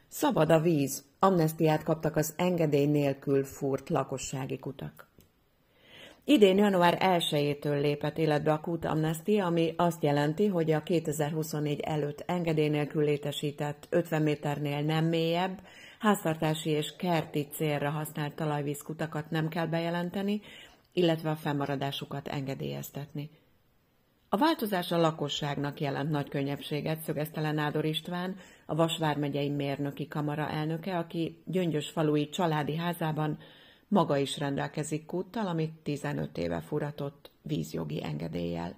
Szabad a víz. Amnesztiát kaptak az engedély nélkül fúrt lakossági kutak. Idén január 1-től lépett életbe a kutamnesztia, ami azt jelenti, hogy a 2024 előtt engedély nélkül létesített 50 méternél nem mélyebb, háztartási és kerti célra használt talajvízkutakat nem kell bejelenteni, illetve a fennmaradásukat engedélyeztetni. A változás a lakosságnak jelent nagy könnyebbséget, szögezte le Nádor István, a Vas vármegyei mérnöki kamara elnöke, aki Gyöngyös falui családi házában maga is rendelkezik kúttal, amit 15 éve furatott vízjogi engedéllyel.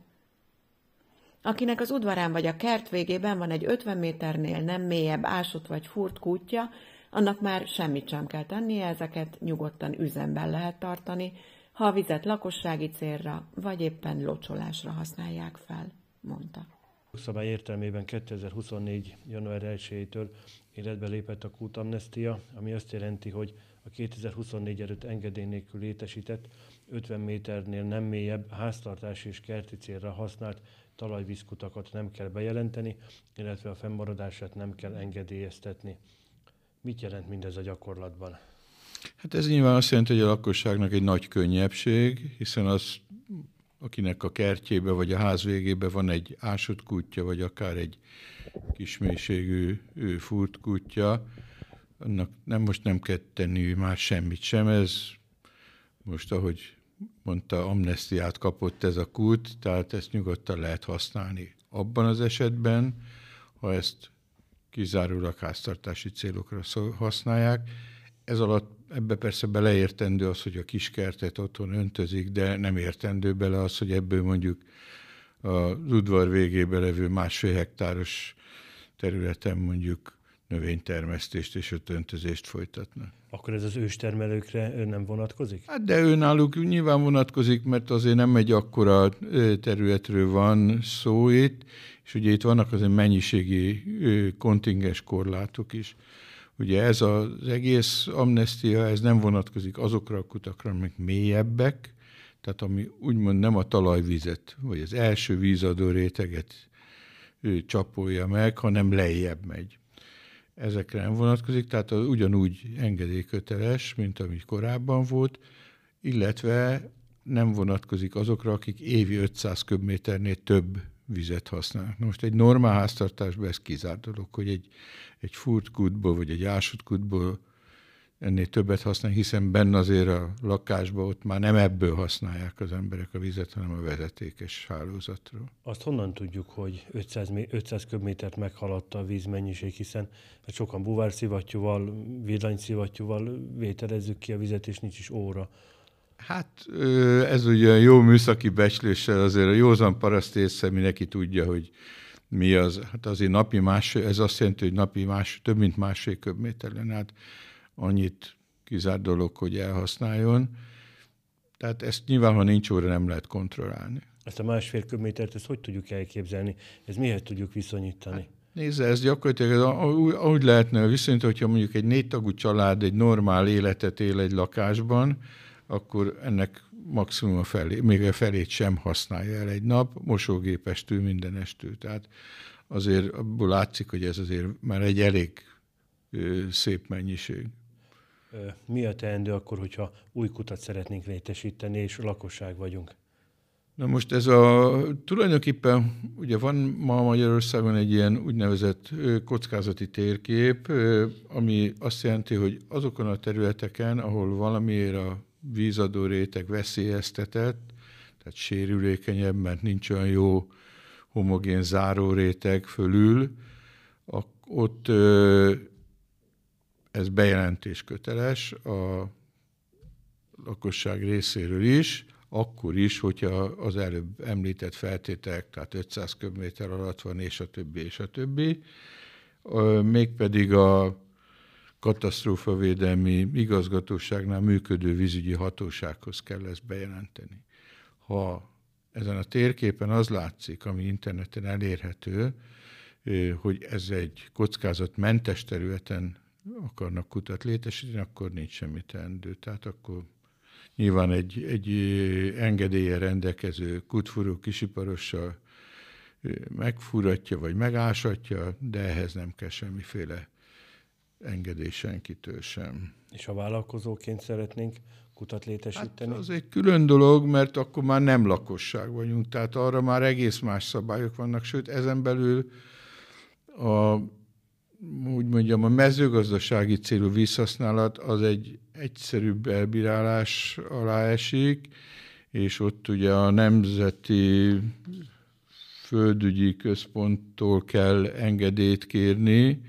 Akinek az udvarán vagy a kert végében van egy 50 méternél nem mélyebb ásott vagy fúrt kútja, annak már semmit sem kell tennie, ezeket nyugodtan üzemben lehet tartani, ha a vizet lakossági célra vagy éppen locsolásra használják fel, mondta. A szabály értelmében 2024. január 1-től életbe lépett a kútamnesztia, ami azt jelenti, hogy a 2024 előtt engedély nélkül létesített 50 méternél nem mélyebb háztartási és kerti célra használt talajvízkutakat nem kell bejelenteni, illetve a fennmaradását nem kell engedélyeztetni. Mit jelent mindez a gyakorlatban? Hát ez nyilván azt jelenti, hogy a lakosságnak egy nagy könnyebbség, hiszen az, akinek a kertjébe vagy a ház végébe van egy ásott kútja, vagy akár egy kismélységű fúrt kútja, annak nem kell tenni már semmit sem. Ez most, ahogy mondta, amnesztiát kapott ez a kút, tehát ezt nyugodtan lehet használni. Abban az esetben, ha ezt kizárólag háztartási célokra használják, ez alatt ebbe persze beleértendő az, hogy a kiskertet otthon öntözik, de nem értendő bele az, hogy ebből mondjuk az udvar végébe levő 1,5 hektáros területen mondjuk növénytermesztést és öntözést folytatnak. Akkor ez az őstermelőkre nem vonatkozik? Hát de náluk nyilván vonatkozik, mert azért nem egy akkora területről van szó itt, és ugye itt vannak azért mennyiségi kontingens korlátok is. Ugye ez az egész amnesztia, ez nem vonatkozik azokra a kutakra, amik mélyebbek, tehát ami úgymond nem a talajvizet, vagy az első vízadó réteget csapolja meg, hanem lejjebb megy. Ezekre nem vonatkozik, tehát ugyanúgy engedélyköteles, mint ami korábban volt, illetve nem vonatkozik azokra, akik évi 500 köbméternél több vizet használnak. Na most egy normál háztartásban ez kizárt dolog, hogy egy fúrt kútból vagy egy ásott kútból ennél többet használnak, hiszen benne azért a lakásban ott már nem ebből használják az emberek a vizet, hanem a vezetékes hálózatról. Azt honnan tudjuk, hogy 500 köbmétert meghaladta a vízmennyiség, hiszen sokan buvársszivattyúval, villanyszivattyúval vételezzük ki a vizet, és nincs is óra. Hát ez ugye jó műszaki becsléssel, azért a józan paraszt észre mindenki tudja, hogy mi az. Hát azért ez azt jelenti, hogy napi több mint 1,5 köbméter lenne. Hát annyit kizárt dolog, hogy elhasználjon. Tehát ezt nyilván, ha nincs óra, nem lehet kontrollálni. Ezt a 1,5 köbmétert, ezt hogy tudjuk elképzelni? Ez mihez tudjuk viszonyítani? Hát, nézze, ez gyakorlatilag úgy lehetne viszonyítani, hogyha mondjuk egy 4 tagú család egy normál életet él egy lakásban, akkor ennek maximum még a felét sem használja el egy nap, mosógépestől, mindenestől. Tehát azért abból látszik, hogy ez azért már egy elég szép mennyiség. Mi a teendő akkor, hogyha új kutat szeretnénk létesíteni, és lakosság vagyunk? Na most tulajdonképpen ugye van ma Magyarországon egy ilyen úgynevezett kockázati térkép, ami azt jelenti, hogy azokon a területeken, ahol valamiért a vízadó réteg veszélyeztetett, tehát sérülékenyebb, mert nincs olyan jó homogén záróréteg fölül, ott ez bejelentés köteles a lakosság részéről is, akkor is, hogyha az előbb említett feltételek, tehát 500 köbméter alatt van, és a többi, és a többi. Mégpedig a katasztrófavédelmi igazgatóságnál működő vízügyi hatósághoz kell ezt bejelenteni. Ha ezen a térképen az látszik, ami interneten elérhető, hogy ez egy kockázatmentes területen akarnak kutat létesíteni, akkor nincs semmi teendő. Tehát akkor nyilván egy engedéllyel rendelkező kútfúró kisiparossal megfúratja vagy megásatja, de ehhez nem kell semmiféle engedély senkitől sem. És ha vállalkozóként szeretnénk kutat létesíteni? Hát az egy külön dolog, mert akkor már nem lakosság vagyunk, tehát arra már egész más szabályok vannak, sőt ezen belül úgy mondjam, a mezőgazdasági célú vízhasználat az egy egyszerűbb elbírálás alá esik, és ott ugye a Nemzeti Földügyi Központtól kell engedélyt kérni,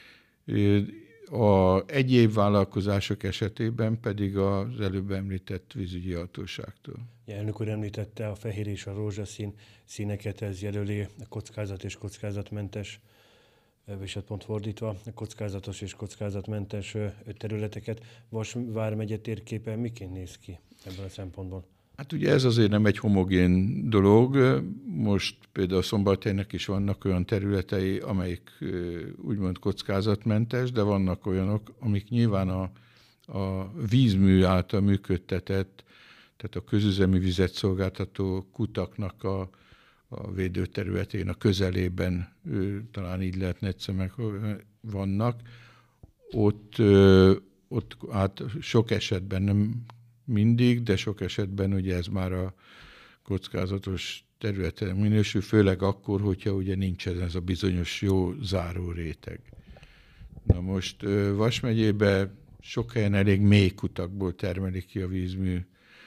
a egyéb vállalkozások esetében pedig az előbb említett vízügyi hatóságtól. Elnök úr említette a fehér és a rózsaszín színeket, ez jelöli a kockázat és kockázatmentes, és hát pont fordítva, a kockázatos és kockázatmentes területeket. Vas vármegye térképe miként néz ki ebből a szempontból? Hát ugye ez azért nem egy homogén dolog. Most például Szombathelynek is vannak olyan területei, amelyik úgymond kockázatmentes, de vannak olyanok, amik nyilván a vízmű által működtetett, tehát a közüzemi vizet szolgáltató kutaknak a védőterületén, a közelében, talán így lehetne egyszer meg vannak. Ott hát sok esetben, nem mindig, de sok esetben ugye ez már a kockázatos területen minősül, főleg akkor, hogyha ugye nincsen ez a bizonyos jó záró réteg. Na most Vas megyében sok helyen elég mély kutakból termelik ki a vízmű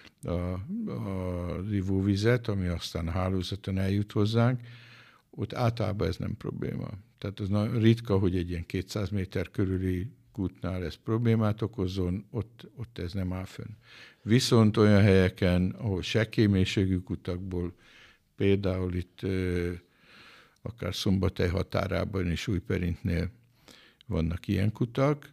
az ivóvizet, ami aztán a hálózaton eljut hozzánk. Ott általában ez nem probléma. Tehát az ritka, hogy egy ilyen 200 méter körüli kútnál ez problémát okozzon, ott ez nem áll fönn. Viszont olyan helyeken, ahol sekély mélységű kutakból, például itt akár Szombathely határában és Újperintnél vannak ilyen kutak,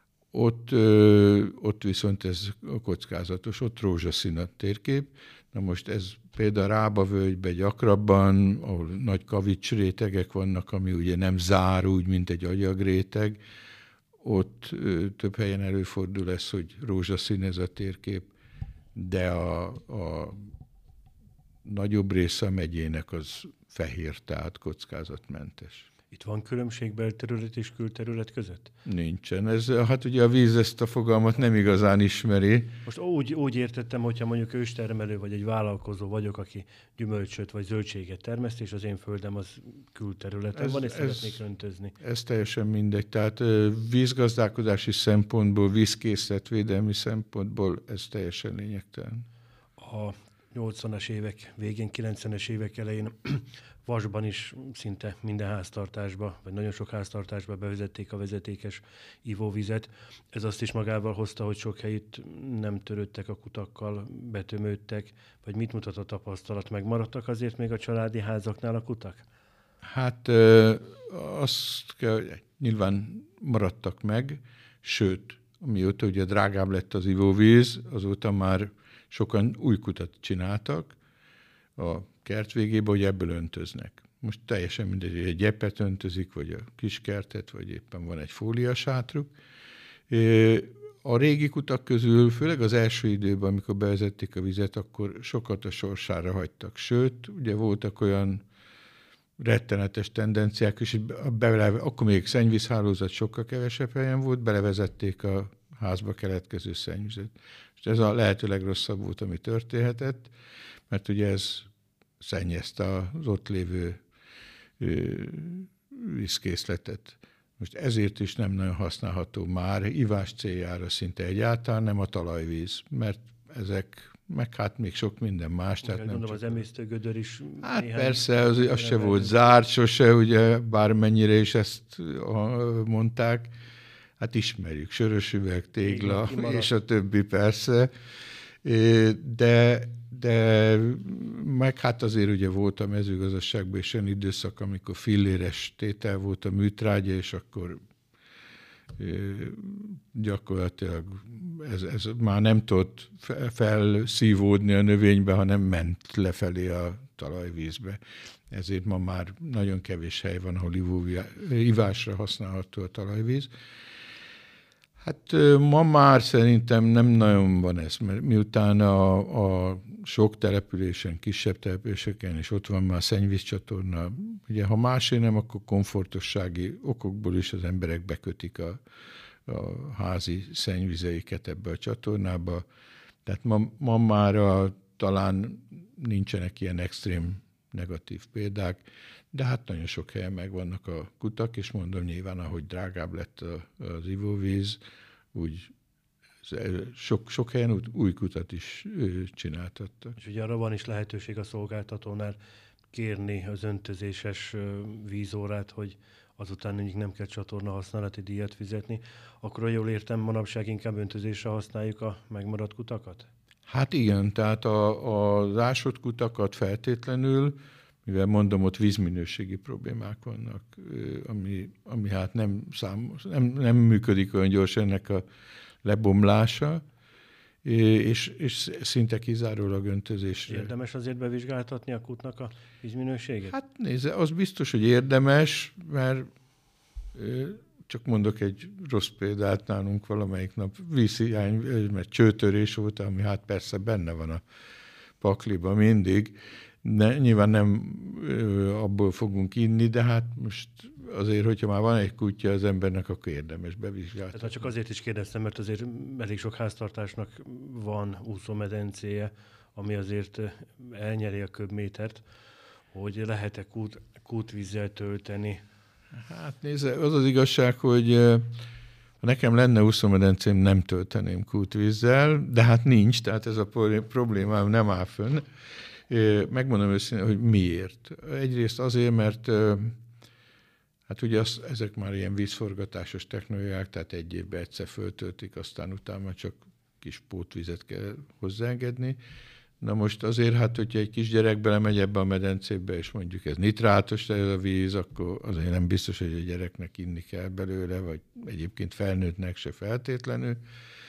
ott viszont ez kockázatos, ott rózsaszín a térkép. Na most ez például Rábavölgyben gyakrabban, ahol nagy kavics rétegek vannak, ami ugye nem zár úgy, mint egy agyagréteg, ott több helyen előfordul ez, hogy rózsaszín ez a térkép, de a nagyobb része a megyének az fehér, tehát kockázatmentes. Itt van különbség belterület és külterület között? Nincsen. Hát ugye a víz ezt a fogalmat nem igazán ismeri. Most úgy értettem, hogyha mondjuk őstermelő vagy egy vállalkozó vagyok, aki gyümölcsöt vagy zöldséget termeszt, és az én földem az külterületen van, és szeretnék öntözni. Ez teljesen mindegy. Tehát vízgazdálkodási szempontból, vízkészletvédelmi szempontból ez teljesen lényegtelen. A 80-as évek végén, 90-es évek elején Vasban is szinte minden háztartásba, vagy nagyon sok háztartásba bevezették a vezetékes ivóvizet. Ez azt is magával hozta, hogy sok helyütt nem törődtek a kutakkal, betömődtek, vagy mit mutat a tapasztalat? Megmaradtak azért még a családi házaknál a kutak? Hát azt kell, nyilván maradtak meg, sőt, amióta ugye drágább lett az ivóvíz, azóta már sokan új kutat csináltak a kert végébe, hogy ebből öntöznek. Most teljesen mindegy, hogy egy gyepet öntözik, vagy a kiskertet, vagy éppen van egy fóliasátruk. A régi kutak közül, főleg az első időben, amikor bevezették a vizet, akkor sokat a sorsára hagytak. Sőt, ugye voltak olyan rettenetes tendenciák, és akkor még szennyvízhálózat sokkal kevesebb helyen volt, belevezették a házba keletkező szennyvizet. És ez a lehető legrosszabb volt, ami történhetett, mert ugye ez szennyezte az ott lévő vízkészletet. Most ezért is nem nagyon használható már ivás céljára szinte egyáltalán, nem a talajvíz, mert ezek, meg hát még sok minden más. Tehát nem gondolom, az emésztőgödör is. Hát persze, az se volt zárt sose, ugye, bármennyire is ezt mondták. Hát ismerjük, sörös üveg, tégla, és a többi persze. De meg hát azért ugye volt a mezőgazdaságban is olyan időszak, amikor filléres tétel volt a műtrágya, és akkor gyakorlatilag ez már nem tudott felszívódni a növénybe, hanem ment lefelé a talajvízbe. Ezért ma már nagyon kevés hely van, ahol ivásra használható a talajvíz. Hát ma már szerintem nem nagyon van ez, mert miután a sok településen, kisebb településeken, és ott van már szennyvízcsatorna, ugye ha másért nem, akkor komfortossági okokból is az emberek bekötik a házi szennyvizeiket ebbe a csatornába. Tehát ma már talán nincsenek ilyen extrém negatív példák, de hát nagyon sok helyen megvannak a kutak, és mondom nyilván, ahogy drágább lett az ivóvíz, úgy sok helyen új kutat is csináltattak. És ugye arra van is lehetőség a szolgáltatónál kérni az öntözéses vízórát, hogy azután mondjuk nem kell csatorna használati díjat fizetni, akkor ha jól értem, manapság inkább öntözésre használjuk a megmaradt kutakat? Hát igen, tehát az ásott kutakat feltétlenül, mivel mondom, ott vízminőségi problémák vannak, ami hát nem működik olyan gyorsan ennek a lebomlása, és szinte kizárólag öntözésre. Érdemes azért bevizsgáltatni a kútnak a vízminőségét? Hát nézze, az biztos, hogy érdemes, mert csak mondok egy rossz példát, nálunk valamelyik nap vízhiány, mert csőtörés volt, ami hát persze benne van a pakliban mindig, de nyilván nem abból fogunk inni, de hát most azért, hogyha már van egy kutya az embernek, akkor érdemes bevizsgáltatni. Tehát csak azért is kérdeztem, mert azért elég sok háztartásnak van úszómedencéje, ami azért elnyeri a köbmétert, hogy lehet-e kútvízzel tölteni. Hát nézze, az az igazság, hogy ha nekem lenne úszómedencém, nem tölteném kútvízzel, de hát nincs, tehát ez a problémám nem áll fönn. Megmondom őszintén, hogy miért. Egyrészt azért, mert hát ugye ezek már ilyen vízforgatásos technológiák, tehát egy évben egyszer föltöltik, aztán utána csak kis pótvizet kell hozzáengedni. Na most azért, hát hogyha egy kisgyerek belemegy ebbe a medencébe, és mondjuk ez nitrátos ez a víz, akkor azért nem biztos, hogy a gyereknek inni kell belőle, vagy egyébként felnőttnek se feltétlenül.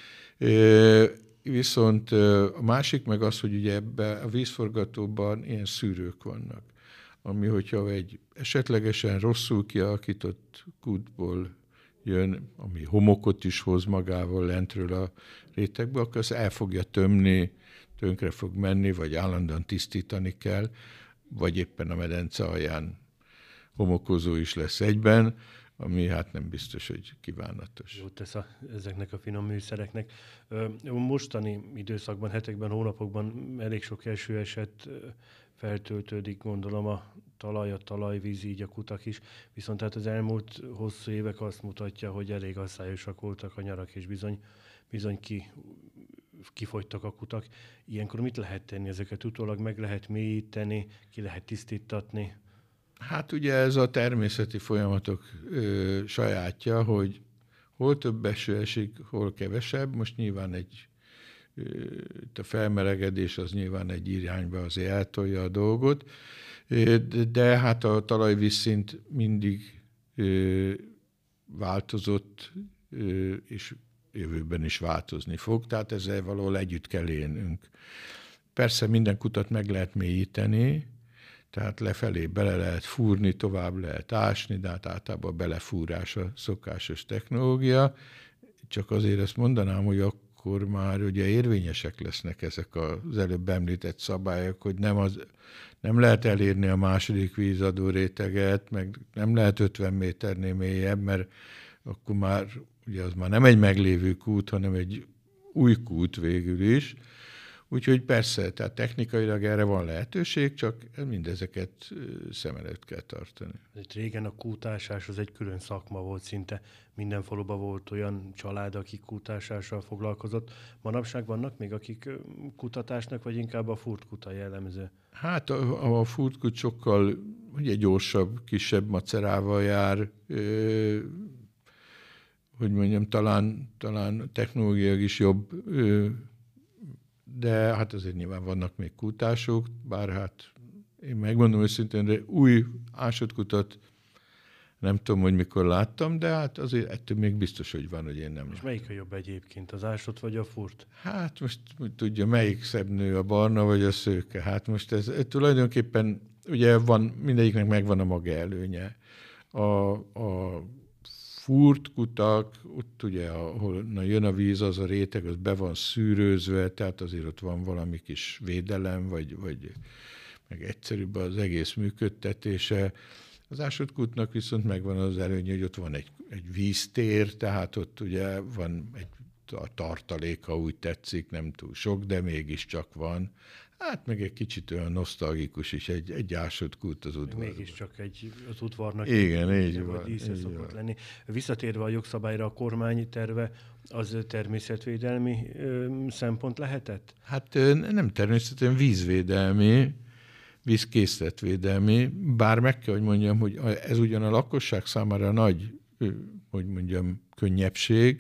Viszont a másik meg az, hogy ugye ebben a vízforgatóban ilyen szűrők vannak, ami hogyha egy esetlegesen rosszul kialakított kútból jön, ami homokot is hoz magával lentről a rétegbe, akkor az el fogja tömni, tönkre fog menni, vagy állandóan tisztítani kell, vagy éppen a medence alján homokozó is lesz egyben, ami hát nem biztos, hogy kívánatos. Jót tesz ezeknek a finom műszereknek. Mostani időszakban, hetekben, hónapokban elég sok eső esett, feltöltődik, gondolom a talajvíz, így a kutak is. Viszont hát az elmúlt hosszú évek azt mutatja, hogy elég asszályosak voltak a nyarak, és bizony kifogytak a kutak. Ilyenkor mit lehet tenni? Ezeket utólag meg lehet mélyíteni, ki lehet tisztítatni? Hát ugye ez a természeti folyamatok sajátja, hogy hol több eső esik, hol kevesebb. Most nyilván a felmelegedés az nyilván egy irányba azért eltolja a dolgot, de hát a talajvízszint mindig változott, és jövőben is változni fog, tehát ezzel valahol együtt kell élnünk. Persze minden kutat meg lehet mélyíteni, tehát lefelé bele lehet fúrni, tovább lehet ásni, de hát általában a belefúrás a szokásos technológia. Csak azért ezt mondanám, hogy akkor már ugye érvényesek lesznek ezek az előbb említett szabályok, hogy nem lehet elérni a második vízadó réteget, meg nem lehet 50 méternél mélyebb, mert akkor már ugye az már nem egy meglévő kút, hanem egy új kút végül is. Úgyhogy persze, tehát technikailag erre van lehetőség, csak mindezeket szem előtt kell tartani. Régen a kútásás az egy külön szakma volt szinte. Minden faluban volt olyan család, aki kútásással foglalkozott. Manapság vannak még, akik kutatásnak, vagy inkább a furtkuta jellemző? Hát a furtkut sokkal ugye gyorsabb, kisebb macerával jár, hogy mondjam, talán technológiailag is jobb, de hát azért nyilván vannak még kútások, bár hát én megmondom őszintén, de új ásatkutat nem tudom, hogy mikor láttam, de hát azért ettől még biztos, hogy van, hogy én nem. És melyik a jobb egyébként, az ásott vagy a furt? Hát most tudja, melyik szebb nő, a barna vagy a szőke? Hát most ez tulajdonképpen, ugye mindegyiknek megvan a maga előnye. A fúrt kutak, ott ugye, ahol jön a víz, az a réteg, az be van szűrőzve, tehát azért ott van valami kis védelem, vagy meg egyszerűbb az egész működtetése. Az ásótkútnak viszont megvan az előnye, hogy ott van egy víztér, tehát ott ugye van egy tartaléka, úgy tetszik, nem túl sok, de mégiscsak van. Hát meg egy kicsit olyan nosztalgikus is egy ásótkút az udvarban. Mégiscsak az udvarnak igen, így van, dísze így szokott van. lenni. Visszatérve a jogszabályra, a kormány terve az természetvédelmi szempont lehetett? Hát nem természetesen vízvédelmi, vízkészletvédelmi, bár meg kell, hogy mondjam, hogy ez ugyan a lakosság számára nagy, hogy mondjam, könnyebbség,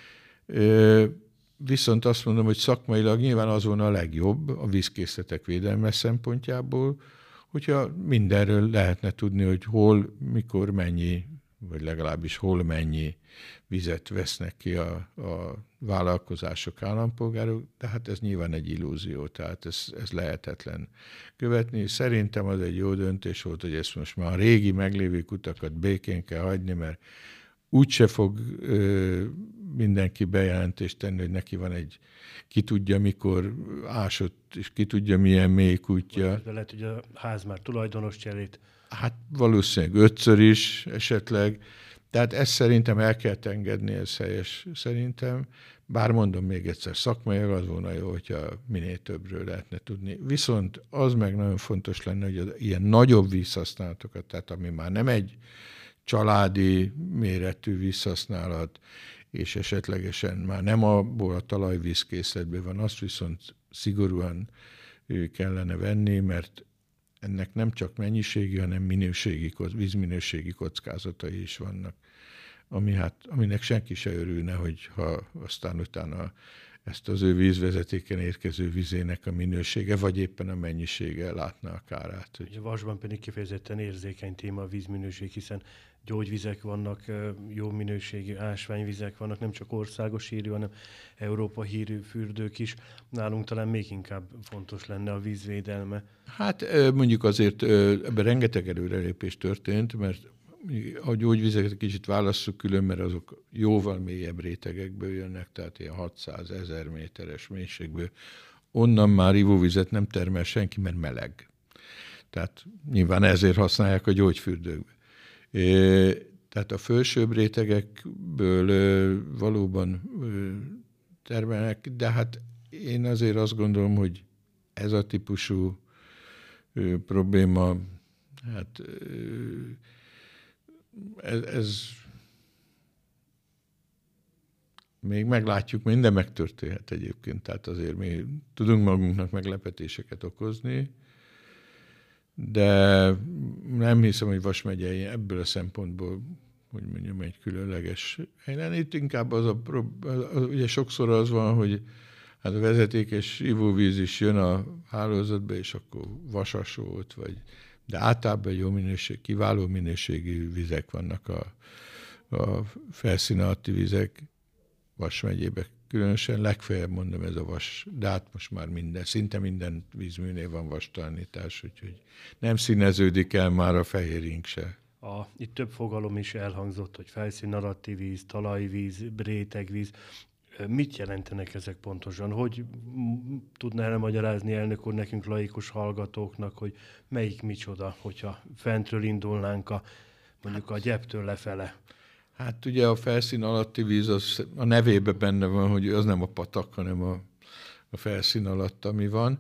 viszont azt mondom, hogy szakmailag nyilván az volna a legjobb a vízkészletek védelme szempontjából, hogyha mindenről lehetne tudni, hogy hol, mikor, mennyi, vagy legalábbis hol mennyi vizet vesznek ki a vállalkozások, állampolgárok, de hát ez nyilván egy illúzió, tehát ez lehetetlen követni. Szerintem az egy jó döntés volt, hogy ezt most már a régi meglévő kutakat békén kell hagyni, mert úgyse fog mindenki bejelentést tenni, hogy neki van egy, ki tudja mikor ásott, és ki tudja milyen mély kútja. Lehet, hogy a ház már tulajdonos cselét. Hát valószínűleg 5-ször is esetleg. Tehát ezt szerintem el kell engedni, ez helyes szerintem. Bár mondom még egyszer, szakmailag az volna jó, hogyha minél többről lehetne tudni. Viszont az meg nagyon fontos lenne, hogy az ilyen nagyobb vízhasználatokat, tehát ami már nem egy családi méretű vízhasználat, és esetlegesen már nem abból a talajvízkészletből van, azt viszont szigorúan kellene venni, mert ennek nem csak mennyiségi, hanem vízminőségi kockázatai is vannak, aminek senki se örülne, hogyha aztán utána ezt az ő vízvezetéken érkező vizének a minősége, vagy éppen a mennyisége látná a kárát. A vasban pedig kifejezetten érzékeny téma a vízminőség, hiszen gyógyvizek vannak, jó minőségű ásványvizek vannak, nem csak országos hírű, hanem Európa hírű fürdők is. Nálunk talán még inkább fontos lenne a vízvédelme. Hát mondjuk azért ebben rengeteg előrelépés történt, mert a gyógyvizeket kicsit válasszuk külön, mert azok jóval mélyebb rétegekből jönnek, tehát ilyen 600-1000 méteres mélységből. Onnan már ivóvizet nem termel senki, mert meleg. Tehát nyilván ezért használják a gyógyfürdőkbe. Tehát a felsőbb rétegekből valóban termelnek, de hát én azért azt gondolom, hogy ez a típusú probléma, hát ez még meglátjuk, minden megtörténhet egyébként, tehát azért mi tudunk magunknak meglepetéseket okozni, de nem hiszem, hogy Vas megye ebből a szempontból, hogy mondjam, egy különleges helyen. Itt inkább ugye sokszor az van, hogy hát a vezetékes ivóvíz is jön a hálózatba, és akkor vasas volt, de általában jó minőség, kiváló minőségű vizek vannak a felszín alatti vizek Vas megyében. Különösen legfeljebb mondom ez a vas, de hát most már szinte minden vízműnél van vastalanítás, úgyhogy nem színeződik el már a fehér se. Itt több fogalom is elhangzott, hogy felszín alatti víz, talajvíz, rétegvíz. Mit jelentenek ezek pontosan? Hogy tudná elmagyarázni elnök úr nekünk laikus hallgatóknak, hogy melyik micsoda, hogyha fentről indulnánk mondjuk a gyeptől lefele? Hát ugye a felszín alatti víz, az a nevében benne van, hogy az nem a patak, hanem a felszín alatt, ami van.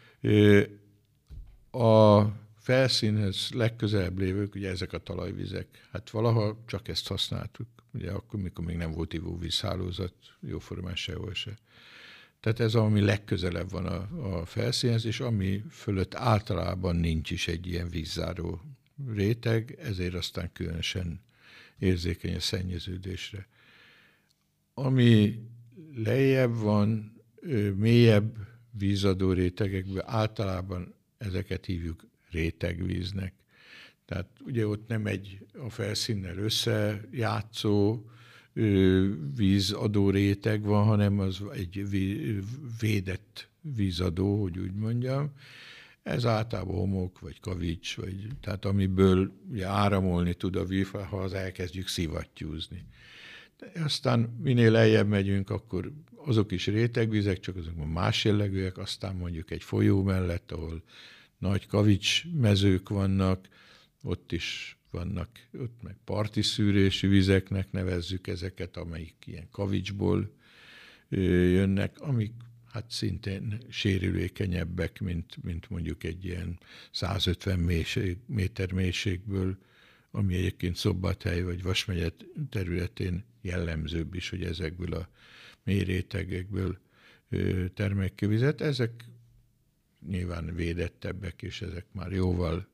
A felszínhez legközelebb lévők, ugye ezek a talajvizek. Hát valaha csak ezt használtuk, ugye akkor, mikor még nem volt ivóvízhálózat, jóformán sehol se. Tehát ez ami legközelebb van a felszínhez, és ami fölött általában nincs is egy ilyen vízzáró réteg, ezért aztán különösen érzékeny a szennyeződésre. Ami lejjebb van, mélyebb vízadó rétegekben, általában ezeket hívjuk rétegvíznek. Tehát ugye ott nem a felszínnel összejátszó vízadó réteg van, hanem az egy védett vízadó, hogy úgy mondjam. Ez általában homok, vagy kavics, tehát amiből ugye áramolni tud a víz, ha az elkezdjük szivattyúzni. De aztán minél lejjebb megyünk, akkor azok is rétegvizek, csak azok más jellegűek, aztán mondjuk egy folyó mellett, ahol nagy kavics mezők vannak, ott is vannak, ott meg parti szűrésű vizeknek nevezzük ezeket, amelyik ilyen kavicsból jönnek, amik hát szintén sérülékenyebbek, mint mondjuk egy ilyen 150 méter mélységből, ami egyébként Szombathely vagy Vas megye területén jellemzőbb is, hogy ezekből a mély rétegekből termek ki vizet. Ezek nyilván védettebbek, és ezek már jóval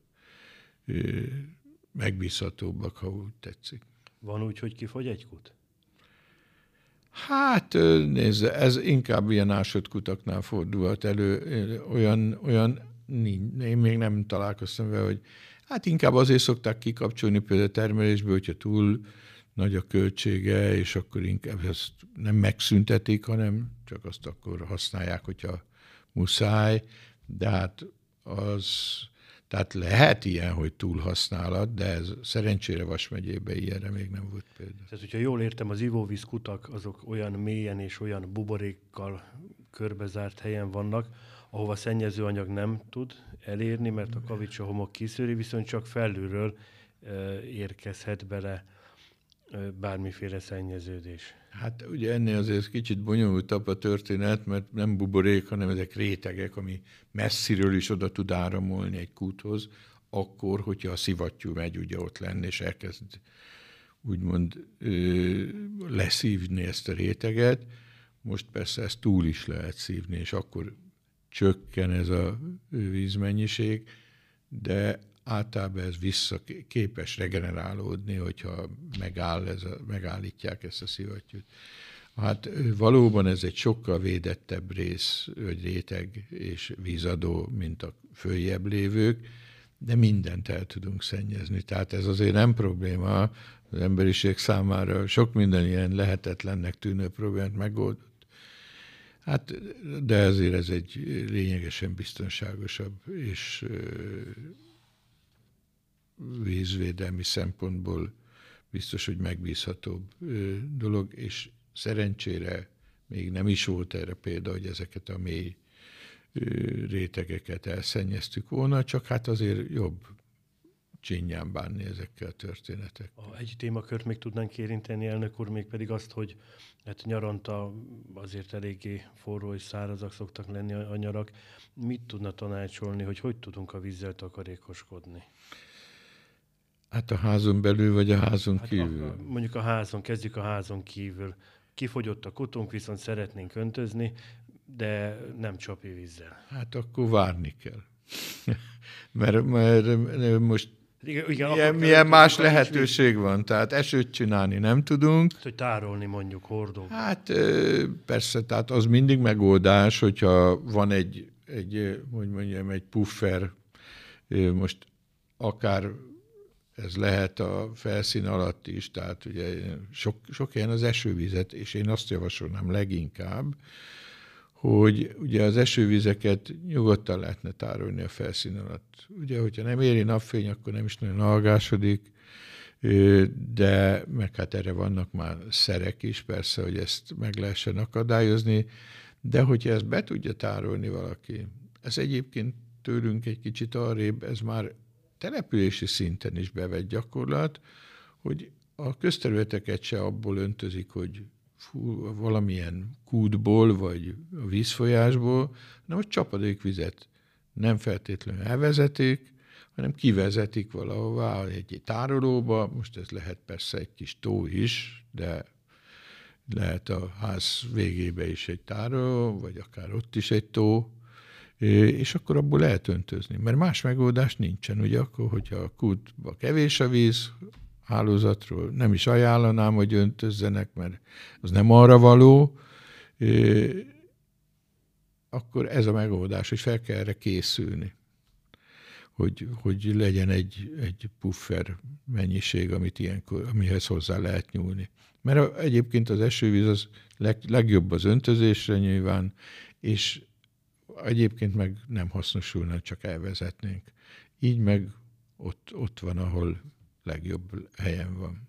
megbízhatóbbak, ha úgy tetszik. Van úgy, hogy kifogy egy kút? Hát nézze, ez inkább ilyen ásódkutaknál fordulhat elő, olyan én még nem találkoztam vele, hogy hát inkább azért szokták kikapcsolni például a termelésből, hogyha túl nagy a költsége, és akkor inkább ezt nem megszüntetik, hanem csak azt akkor használják, hogyha muszáj, de hát tehát lehet ilyen, hogy túlhasználat, de ez szerencsére Vas megyében ilyenre még nem volt példa. Tehát, hogyha jól értem, az ivóvízkutak azok olyan mélyen és olyan buborékkal körbezárt helyen vannak, ahova szennyezőanyag nem tud elérni, mert a kavics, a homok kiszűri, viszont csak felülről érkezhet bele bármiféle szennyeződés. Hát ugye ennél azért kicsit bonyolultabb a történet, mert nem buborék, hanem ezek rétegek, ami messziről is oda tud áramolni egy kúthoz, akkor, hogyha a szivattyú megy ugye ott lenni, és elkezd úgymond leszívni ezt a réteget. Most persze ezt túl is lehet szívni, és akkor csökken ez a vízmennyiség, de általában ez képes regenerálódni, hogyha megállítják ezt a szivattyút. Hát valóban ez egy sokkal védettebb rész, vagy réteg és vízadó, mint a följebb lévők, de mindent el tudunk szennyezni. Tehát ez azért nem probléma. Az emberiség számára sok minden ilyen lehetetlennek tűnő problémát megoldott. Hát, de ezért ez egy lényegesen biztonságosabb és vízvédelmi szempontból biztos, hogy megbízhatóbb dolog, és szerencsére még nem is volt erre példa, hogy ezeket a mély rétegeket elszennyeztük volna, csak hát azért jobb csinyán bánni ezekkel a történetekkel. Egy témakört még tudnánk érinteni, elnök úr, még pedig azt, hogy hát nyaranta azért eléggé forró és szárazak szoktak lenni a nyarak. Mit tudna tanácsolni, hogy tudunk a vízzel takarékoskodni? Hát a házon belül, vagy a házon kívül? Mondjuk a házon, kezdjük a házon kívül. Kifogyott a kutunk, viszont szeretnénk öntözni, de nem csapi vízzel. Hát akkor várni kell. mert most igen, milyen más lehetőség van? Tehát esőt csinálni nem tudunk. Hogy tárolni mondjuk hordóba. Hát persze, tehát az mindig megoldás, hogyha van egy puffer, most akár ez lehet a felszín alatt is, tehát ugye sok helyen az esővizet, és én azt javasolnám leginkább, hogy ugye az esővizeket nyugodtan lehetne tárolni a felszín alatt. Ugye, hogyha nem éri napfény, akkor nem is nagyon algásodik, de meg hát erre vannak már szerek is, persze, hogy ezt meg lehessen akadályozni, de hogyha ezt be tudja tárolni valaki, ez egyébként tőlünk egy kicsit arrébb, ez már települési szinten is bevett gyakorlat, hogy a közterületeket se abból öntözik, hogy valamilyen kútból, vagy a vízfolyásból, hanem hogy csapadékvizet nem feltétlenül elvezetik, hanem kivezetik valahová egy tárolóba. Most ez lehet persze egy kis tó is, de lehet a ház végébe is egy tároló, vagy akár ott is egy tó, és akkor abból lehet öntözni. Mert más megoldás nincsen, ugye akkor, hogyha a kútba kevés a víz, hálózatról nem is ajánlanám, hogy öntözzenek, mert az nem arra való, akkor ez a megoldás, hogy fel kell erre készülni, hogy legyen egy puffer mennyiség, amihez hozzá lehet nyúlni. Mert egyébként az esővíz az legjobb az öntözésre nyilván, és egyébként meg nem hasznosulna, csak elvezetnénk. Így meg ott van, ahol legjobb helyen van.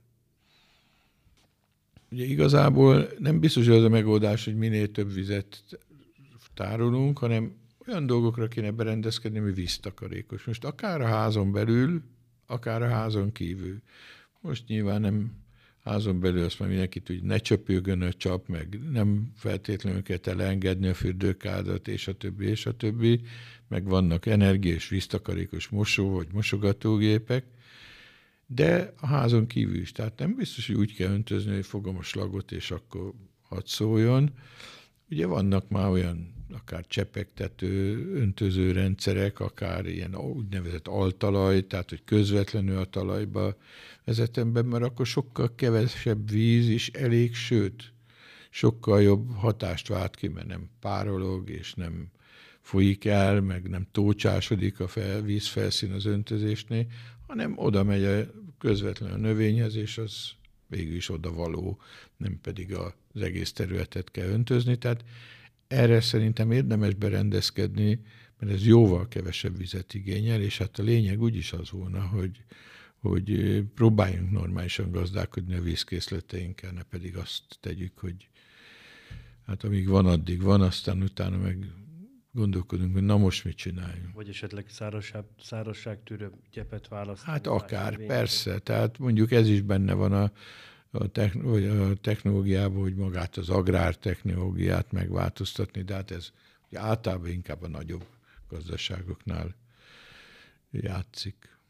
Ugye igazából nem biztos, hogy az a megoldás, hogy minél több vizet tárolunk, hanem olyan dolgokra kéne berendezkedni, ami víztakarékos. Most akár a házon belül, akár a házon kívül. Most nyilván nem házon belül azt már mindenki tudja, ne csöpögjön a csap, meg nem feltétlenül kell elengedni a fürdőkádat, és a többi, és a többi. Meg vannak energia- és víztakarékos mosó, vagy mosogatógépek, de a házon kívül is. Tehát nem biztos, hogy úgy kell öntözni, hogy fogom a slagot, és akkor hadd szóljon. Ugye vannak már olyan akár csepegtető öntöző rendszerek, akár ilyen úgynevezett altalaj, tehát hogy közvetlenül a talajba vezetem be, mert akkor sokkal kevesebb víz is elég, sőt, sokkal jobb hatást vált ki, mert nem párolog, és nem folyik el, meg nem tócsásodik a vízfelszín az öntözésnél, hanem oda megy közvetlenül a növényhez, és az végül is oda való, nem pedig az egész területet kell öntözni. Tehát erre szerintem érdemes berendezkedni, mert ez jóval kevesebb vizet igényel, és hát a lényeg úgyis az volna, hogy próbáljunk normálisan gazdálkodni a vízkészleteinkkel, ne pedig azt tegyük, hogy hát amíg van, addig van, aztán utána meg gondolkodunk, hogy na most mit csináljunk. Vagy esetleg szárazságtűrő gyepet választani. Hát akár, persze. Tehát mondjuk ez is benne van a technológiában, hogy magát az agrártechnológiát megváltoztatni, de hát ez általában inkább a nagyobb gazdaságoknál játszik.